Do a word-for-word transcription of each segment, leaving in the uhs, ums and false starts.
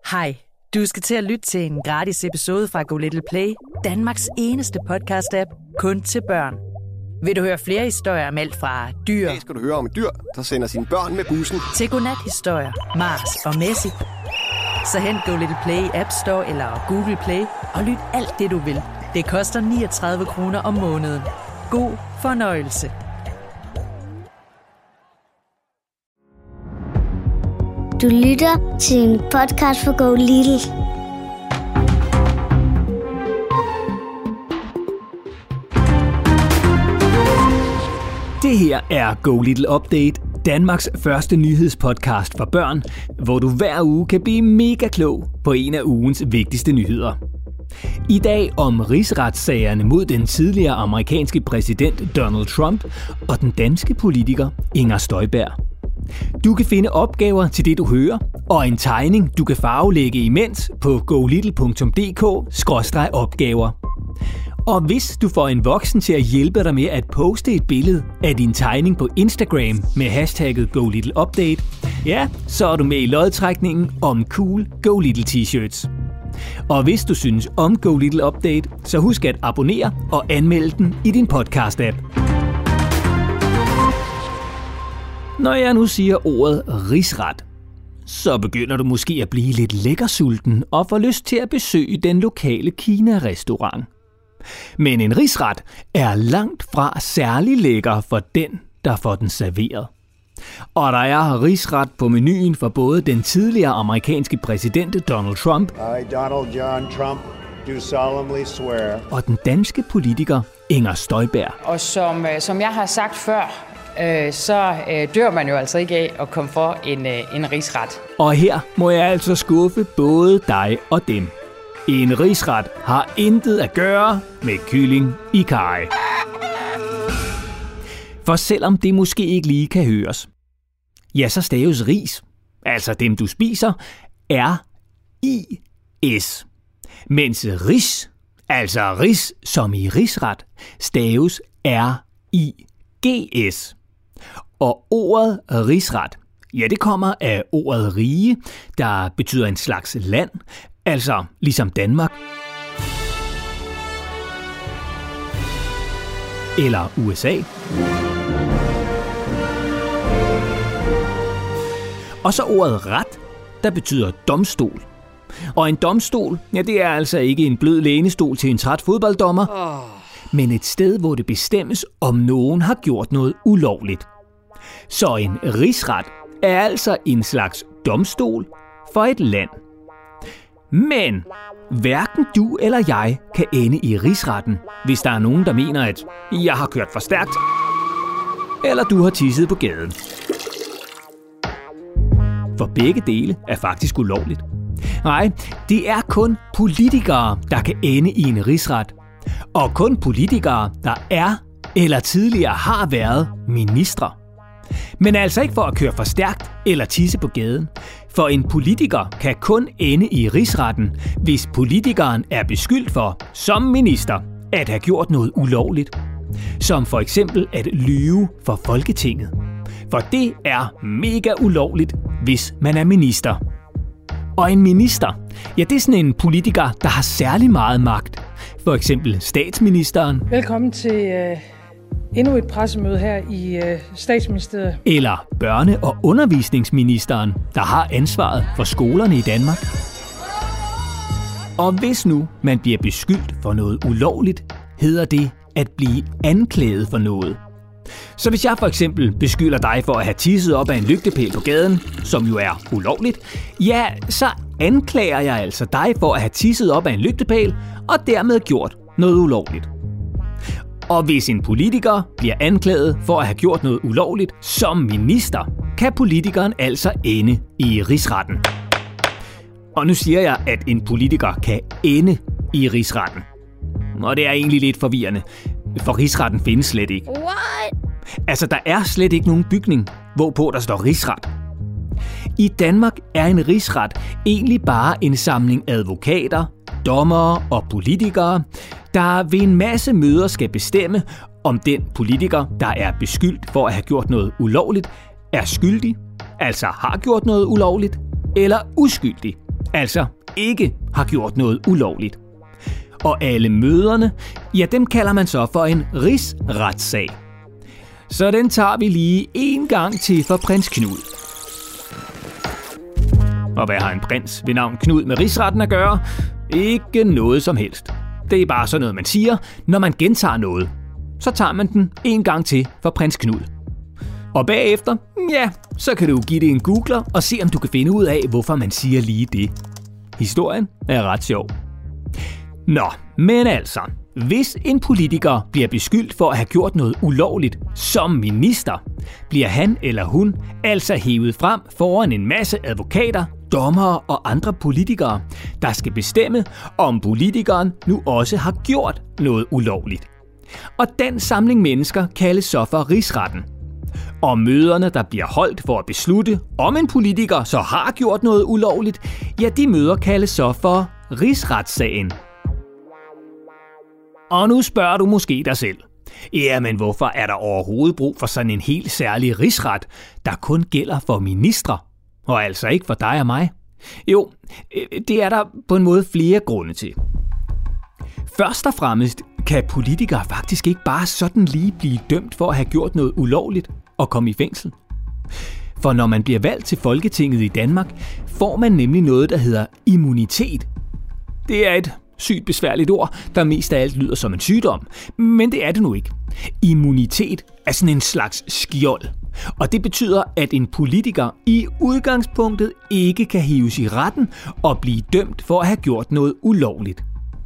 Hej, du skal til at lytte til en gratis episode fra Go Little Play, Danmarks eneste podcast-app kun til børn. Vil du høre flere historier om alt fra dyr... Hey, skal du høre om et dyr, der sender sine børn med bussen? ...til godnat-historier, Mars og Messi. Så hent Go Little Play App Store eller Google Play og lyt alt det, du vil. Det koster niogtredive kroner om måneden. God fornøjelse. Du lytter til en podcast for Go Little. Det her er Go Little Update, Danmarks første nyhedspodcast for børn, hvor du hver uge kan blive mega klog på en af ugens vigtigste nyheder. I dag om rigsretssagerne mod den tidligere amerikanske præsident Donald Trump og den danske politiker Inger Støjberg. Du kan finde opgaver til det, du hører, og en tegning, du kan farvelægge imens på go little punktum d k skråstreg opgaver. Og hvis du får en voksen til at hjælpe dig med at poste et billede af din tegning på Instagram med hashtagget Go Little Update, ja, så er du med i lodtrækningen om cool Go Little t-shirts. Og hvis du synes om Go Little Update, så husk at abonnere og anmelde den i din podcast-app. Når jeg nu siger ordet rigsret, så begynder du måske at blive lidt lækkersulten og får lyst til at besøge den lokale Kina-restaurant. Men en rigsret er langt fra særlig lækker for den, der får den serveret. Og der er rigsret på menuen for både den tidligere amerikanske præsident Donald Trump I, Donald John Trump, do solemnly swear. og den danske politiker Inger Støjberg. Og som, som jeg har sagt før, øh, så øh, dør man jo altså ikke af at komme for en, øh, en rigsret. Og her må jeg altså skuffe både dig og dem. En rigsret har intet at gøre med kylling i karry. For selvom det måske ikke lige kan høres, ja, så staves ris, altså dem du spiser, R I S. Mens ris, altså ris som i rigsret, staves R I G S. Og ordet rigsret, ja, det kommer af ordet rige, der betyder en slags land, altså ligesom Danmark eller U S A. Og så ordet ret, der betyder domstol. Og en domstol, ja, det er altså ikke en blød lænestol til en træt fodbolddommer, oh. men et sted, hvor det bestemmes, om nogen har gjort noget ulovligt. Så en rigsret er altså en slags domstol for et land. Men hverken du eller jeg kan ende i rigsretten, hvis der er nogen, der mener, at jeg har kørt for stærkt, eller du har tisset på gaden. For begge dele er faktisk ulovligt. Nej, det er kun politikere, der kan ende i en rigsret. Og kun politikere, der er eller tidligere har været ministre. Men altså ikke for at køre for stærkt eller tisse på gaden. For en politiker kan kun ende i rigsretten, hvis politikeren er beskyldt for, som minister, at have gjort noget ulovligt. Som for eksempel at lyve for Folketinget. For det er mega ulovligt, hvis man er minister. Og en minister, ja, det er sådan en politiker, der har særlig meget magt. For eksempel statsministeren. Velkommen til øh, endnu et pressemøde her i øh, Statsministeriet. Eller børne- og undervisningsministeren, der har ansvaret for skolerne i Danmark. Og hvis nu man bliver beskyldt for noget ulovligt, hedder det at blive anklaget for noget. Så hvis jeg for eksempel beskylder dig for at have tisset op af en lygtepæl på gaden, som jo er ulovligt, ja, så anklager jeg altså dig for at have tisset op af en lygtepæl og dermed gjort noget ulovligt. Og hvis en politiker bliver anklaget for at have gjort noget ulovligt som minister, kan politikeren altså ende i rigsretten. Og nu siger jeg, at en politiker kan ende i rigsretten. Og det er egentlig lidt forvirrende, for rigsretten findes slet ikke. What? Altså, der er slet ikke nogen bygning, hvorpå der står rigsret. I Danmark er en rigsret egentlig bare en samling advokater, dommere og politikere, der ved en masse møder skal bestemme, om den politiker, der er beskyldt for at have gjort noget ulovligt, er skyldig, altså har gjort noget ulovligt, eller uskyldig, altså ikke har gjort noget ulovligt. Og alle møderne, ja, dem kalder man så for en rigsretssag. Så den tager vi lige en gang til for prins Knud. Og hvad har en prins ved navn Knud med rigsretten at gøre? Ikke noget som helst. Det er bare sådan noget, man siger, når man gentager noget. Så tager man den en gang til for prins Knud. Og bagefter, ja, så kan du give det en googler og se, om du kan finde ud af, hvorfor man siger lige det. Historien er ret sjov. Nå, men altså, hvis en politiker bliver beskyldt for at have gjort noget ulovligt som minister, bliver han eller hun altså hævet frem foran en masse advokater, dommere og andre politikere, der skal bestemme, om politikeren nu også har gjort noget ulovligt. Og den samling mennesker kaldes så for rigsretten. Og møderne, der bliver holdt for at beslutte, om en politiker så har gjort noget ulovligt, ja, de møder kaldes så for rigsretssagen. Og nu spørger du måske dig selv. Jamen, hvorfor er der overhovedet brug for sådan en helt særlig rigsret, der kun gælder for ministre, og altså ikke for dig og mig? Jo, det er der på en måde flere grunde til. Først og fremmest kan politikere faktisk ikke bare sådan lige blive dømt for at have gjort noget ulovligt og komme i fængsel. For når man bliver valgt til Folketinget i Danmark, får man nemlig noget, der hedder immunitet. Det er et sygt besværligt ord, der mest af alt lyder som en sygdom, men det er det nu ikke. Immunitet er sådan en slags skjold, og det betyder, at en politiker i udgangspunktet ikke kan hives i retten og blive dømt for at have gjort noget ulovligt.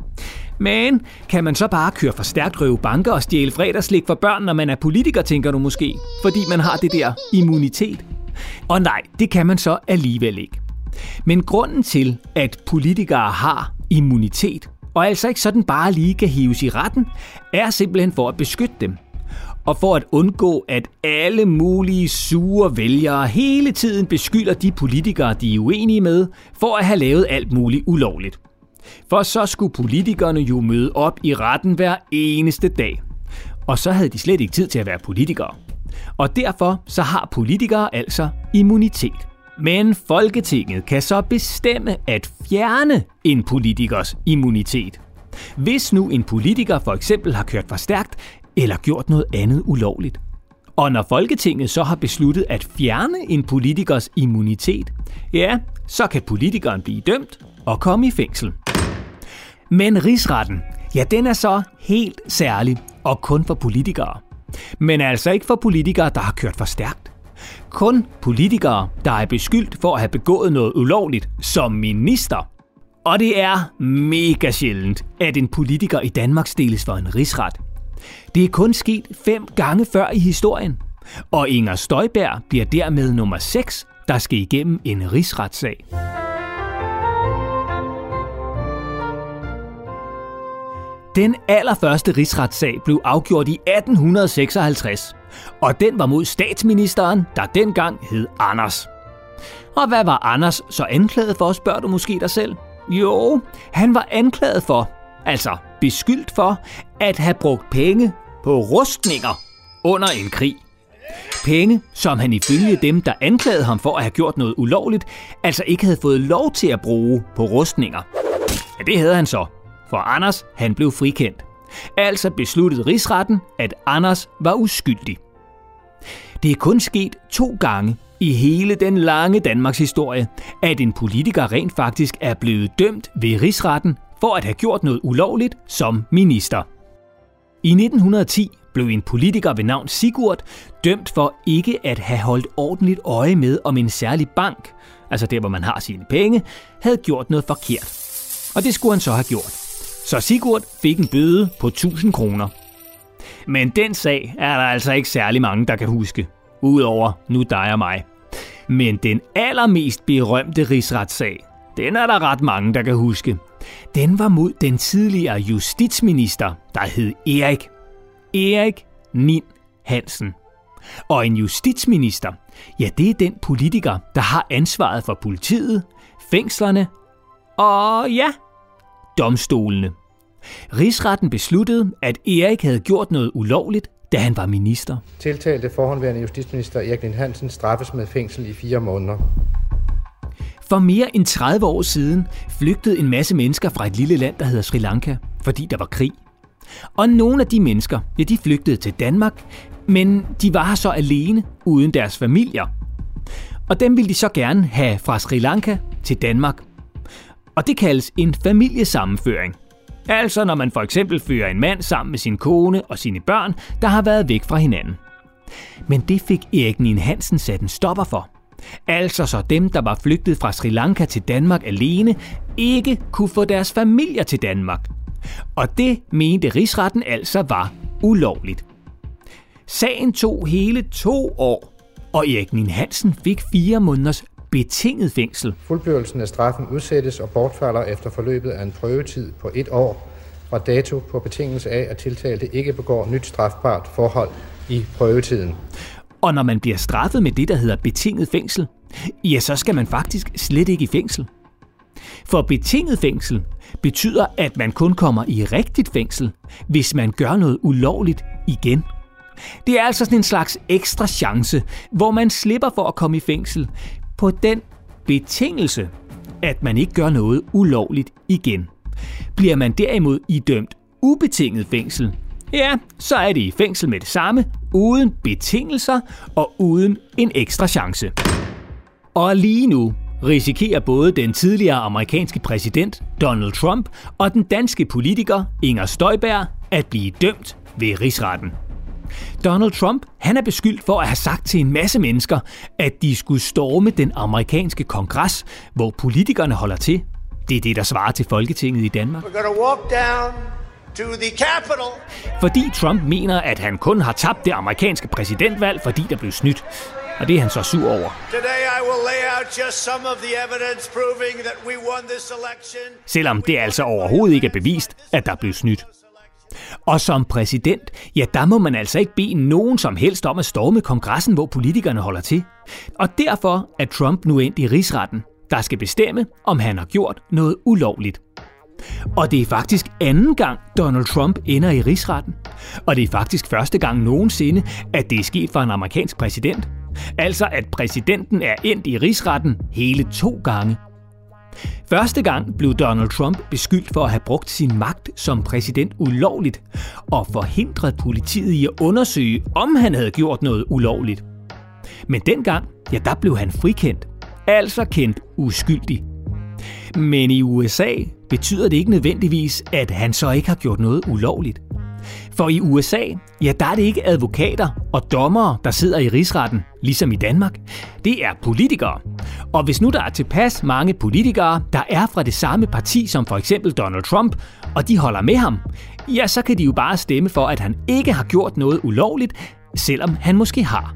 Men kan man så bare køre for stærkt, røve banker og stjæle fredagsslik for børn, når man er politiker, tænker du måske, fordi man har det der immunitet? Og nej, det kan man så alligevel ikke. Men grunden til, at politikere har immunitet, og altså ikke sådan bare lige kan hives i retten, er simpelthen for at beskytte dem. Og for at undgå, at alle mulige sure vælgere hele tiden beskylder de politikere, de er uenige med, for at have lavet alt muligt ulovligt. For så skulle politikerne jo møde op i retten hver eneste dag. Og så havde de slet ikke tid til at være politikere. Og derfor så har politikere altså immunitet. Men Folketinget kan så bestemme at fjerne en politikers immunitet. Hvis nu en politiker for eksempel har kørt for stærkt eller gjort noget andet ulovligt. Og når Folketinget så har besluttet at fjerne en politikers immunitet, ja, så kan politikeren blive dømt og komme i fængsel. Men rigsretten, ja, den er så helt særlig og kun for politikere. Men altså ikke for politikere, der har kørt for stærkt. Kun politikere, der er beskyldt for at have begået noget ulovligt som minister. Og det er mega sjældent, at en politiker i Danmark stilles for en rigsret. Det er kun sket fem gange før i historien. Og Inger Støjberg bliver dermed nummer seks, der skal igennem en rigsretssag. Den allerførste rigsretssag blev afgjort i atten seksoghalvtreds, og den var mod statsministeren, der dengang hed Anders. Og hvad var Anders så anklaget for, spørger du måske dig selv? Jo, han var anklaget for, altså beskyldt for, at have brugt penge på rustninger under en krig. Penge, som han ifølge dem, der anklagede ham for at have gjort noget ulovligt, altså ikke havde fået lov til at bruge på rustninger. Ja, det havde han så. For Anders, han blev frikendt. Altså besluttede rigsretten, at Anders var uskyldig. Det er kun sket to gange i hele den lange Danmarks historie, at en politiker rent faktisk er blevet dømt ved rigsretten for at have gjort noget ulovligt som minister. I nitten ti blev en politiker ved navn Sigurd dømt for ikke at have holdt ordentligt øje med, om en særlig bank, altså der hvor man har sine penge, havde gjort noget forkert. Og det skulle han så have gjort. Så Sigurd fik en bøde på tusind kroner. Men den sag er der altså ikke særlig mange, der kan huske. Udover nu dig og mig. Men den allermest berømte rigsretssag, den er der ret mange, der kan huske. Den var mod den tidligere justitsminister, der hed Erik. Erik Ninn-Hansen. Og en justitsminister, ja, det er den politiker, der har ansvaret for politiet, fængslerne og ja, domstolene. Rigsretten besluttede, at Erik havde gjort noget ulovligt, da han var minister. Tiltalte forhåndværende justitsminister Erik Ninn-Hansen straffes med fængsel i fire måneder. For mere end tredive år siden flygtede en masse mennesker fra et lille land, der hedder Sri Lanka, fordi der var krig. Og nogle af de mennesker, ja, de flygtede til Danmark, men de var her så alene uden deres familier. Og dem ville de så gerne have fra Sri Lanka til Danmark. Og det kaldes en familiesammenføring. Altså når man for eksempel fører en mand sammen med sin kone og sine børn, der har været væk fra hinanden. Men det fik Erik Ninn-Hansen sat en stopper for. Altså så dem, der var flygtet fra Sri Lanka til Danmark alene, ikke kunne få deres familier til Danmark. Og det mente rigsretten altså var ulovligt. Sagen tog hele to år, og Erik Ninn-Hansen fik fire måneders betinget fængsel. Fuldbyrdelsen af straffen udsættes og bortfalder efter forløbet af en prøvetid på et år fra dato på betingelse af, at tiltalte ikke begår nyt strafbart forhold i prøvetiden. Og når man bliver straffet med det, der hedder betinget fængsel, ja, så skal man faktisk slet ikke i fængsel. For betinget fængsel betyder, at man kun kommer i rigtigt fængsel, hvis man gør noget ulovligt igen. Det er altså sådan en slags ekstra chance, hvor man slipper for at komme i fængsel på den betingelse, at man ikke gør noget ulovligt igen. Bliver man derimod idømt ubetinget fængsel, ja, så er det i fængsel med det samme, uden betingelser og uden en ekstra chance. Og lige nu risikerer både den tidligere amerikanske præsident Donald Trump og den danske politiker Inger Støjberg at blive dømt ved rigsretten. Donald Trump, han er beskyldt for at have sagt til en masse mennesker, at de skulle storme den amerikanske kongres, hvor politikerne holder til. Det er det, der svarer til Folketinget i Danmark. We're gonna walk down to the Capitol. Fordi Trump mener, at han kun har tabt det amerikanske præsidentvalg, fordi der blev snydt. Og det er han så sur over. Today I will lay out just some of the evidence proving that we won this election. Selvom det altså overhovedet ikke er bevist, at der blev snydt. Og som præsident, ja, der må man altså ikke bede nogen som helst om at storme kongressen, hvor politikerne holder til. Og derfor er Trump nu endt i rigsretten, der skal bestemme, om han har gjort noget ulovligt. Og det er faktisk anden gang, Donald Trump ender i rigsretten. Og det er faktisk første gang nogensinde, at det er sket for en amerikansk præsident. Altså at præsidenten er endt i rigsretten hele to gange. Første gang blev Donald Trump beskyldt for at have brugt sin magt som præsident ulovligt og forhindret politiet i at undersøge, om han havde gjort noget ulovligt. Men dengang, ja, der blev han frikendt, altså kendt uskyldig. Men i U S A betyder det ikke nødvendigvis, at han så ikke har gjort noget ulovligt. For i U S A, ja, der er det ikke advokater og dommere, der sidder i rigsretten, ligesom i Danmark. Det er politikere. Og hvis nu der er tilpas mange politikere, der er fra det samme parti som for eksempel Donald Trump, og de holder med ham, ja, så kan de jo bare stemme for, at han ikke har gjort noget ulovligt, selvom han måske har.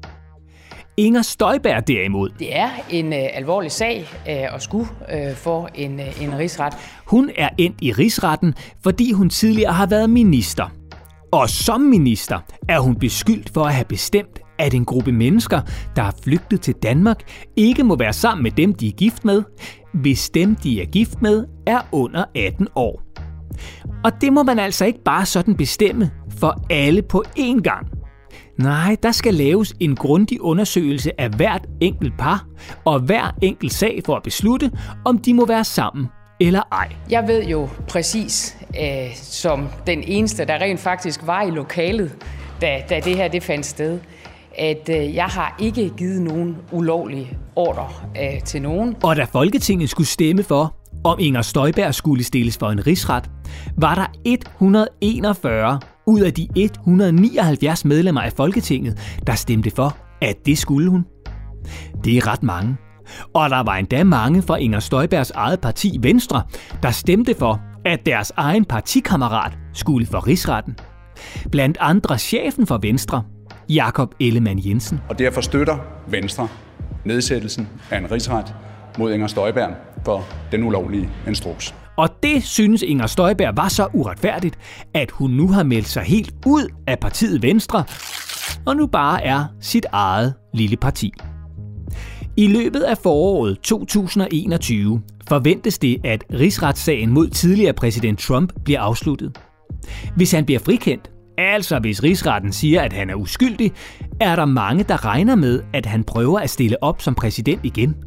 Inger Støjberg derimod. Det er en øh, alvorlig sag øh, at skulle øh, få en, øh, en rigsret. Hun er endt i rigsretten, fordi hun tidligere har været minister. Og som minister er hun beskyldt for at have bestemt, at en gruppe mennesker, der er flygtet til Danmark, ikke må være sammen med dem, de er gift med, hvis dem, de er gift med, er under atten år. Og det må man altså ikke bare sådan bestemme for alle på én gang. Nej, der skal laves en grundig undersøgelse af hvert enkelt par og hver enkelt sag for at beslutte, om de må være sammen eller ej. Jeg ved jo præcis, øh, som den eneste, der rent faktisk var i lokalet, da, da det her det fandt sted, at øh, jeg har ikke givet nogen ulovlige ordre øh, til nogen. Og da Folketinget skulle stemme for, om Inger Støjberg skulle stilles for en rigsret, var der et hundrede og enogfyrre ud af de et hundrede og nioghalvfjerds medlemmer af Folketinget, der stemte for, at det skulle hun. Det er ret mange. Og der var endda mange fra Inger Støjbergs eget parti Venstre, der stemte for, at deres egen partikammerat skulle for rigsretten. Blandt andre chefen for Venstre, Jakob Ellemann-Jensen. Og derfor støtter Venstre nedsættelsen af en rigsret mod Inger Støjberg for den ulovlige instruks. Og det synes Inger Støjberg var så uretfærdigt, at hun nu har meldt sig helt ud af partiet Venstre, og nu bare er sit eget lille parti. I løbet af foråret to tusind og enogtyve forventes det, at rigsretssagen mod tidligere præsident Trump bliver afsluttet. Hvis han bliver frikendt, altså hvis rigsretten siger, at han er uskyldig, er der mange, der regner med, at han prøver at stille op som præsident igen.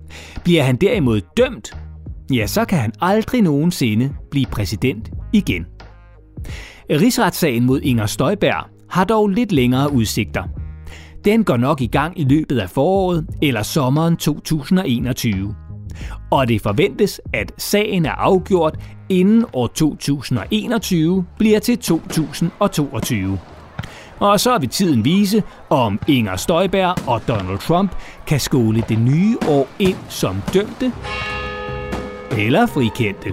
Bliver han derimod dømt, ja, så kan han aldrig nogensinde blive præsident igen. Rigsretssagen mod Inger Støjberg har dog lidt længere udsigter. Den går nok i gang i løbet af foråret eller sommeren to tusind og enogtyve. Og det forventes, at sagen er afgjort inden år to tusind og enogtyve bliver til to tusind og toogtyve. Og så vil tiden vise, om Inger Støjberg og Donald Trump kan skåle det nye år ind som dømte eller frikendte.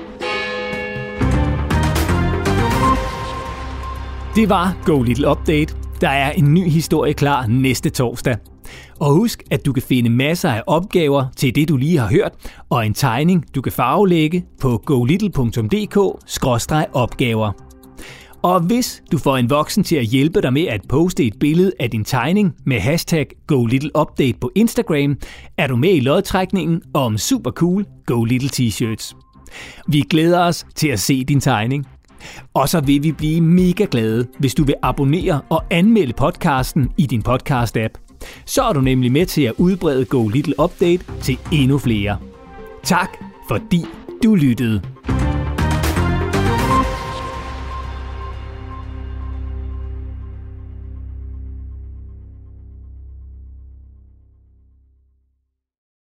Det var Go Little Update. Der er en ny historie klar næste torsdag. Og husk, at du kan finde masser af opgaver til det, du lige har hørt, og en tegning, du kan farvelægge på go little punktum d k skråstreg opgaver. Og hvis du får en voksen til at hjælpe dig med at poste et billede af din tegning med hashtag Go Little Update på Instagram, er du med i lodtrækningen om super cool Go Little t-shirts. Vi glæder os til at se din tegning. Og så vil vi blive mega glade, hvis du vil abonnere og anmelde podcasten i din podcast-app. Så er du nemlig med til at udbrede Go Little Update til endnu flere. Tak fordi du lyttede.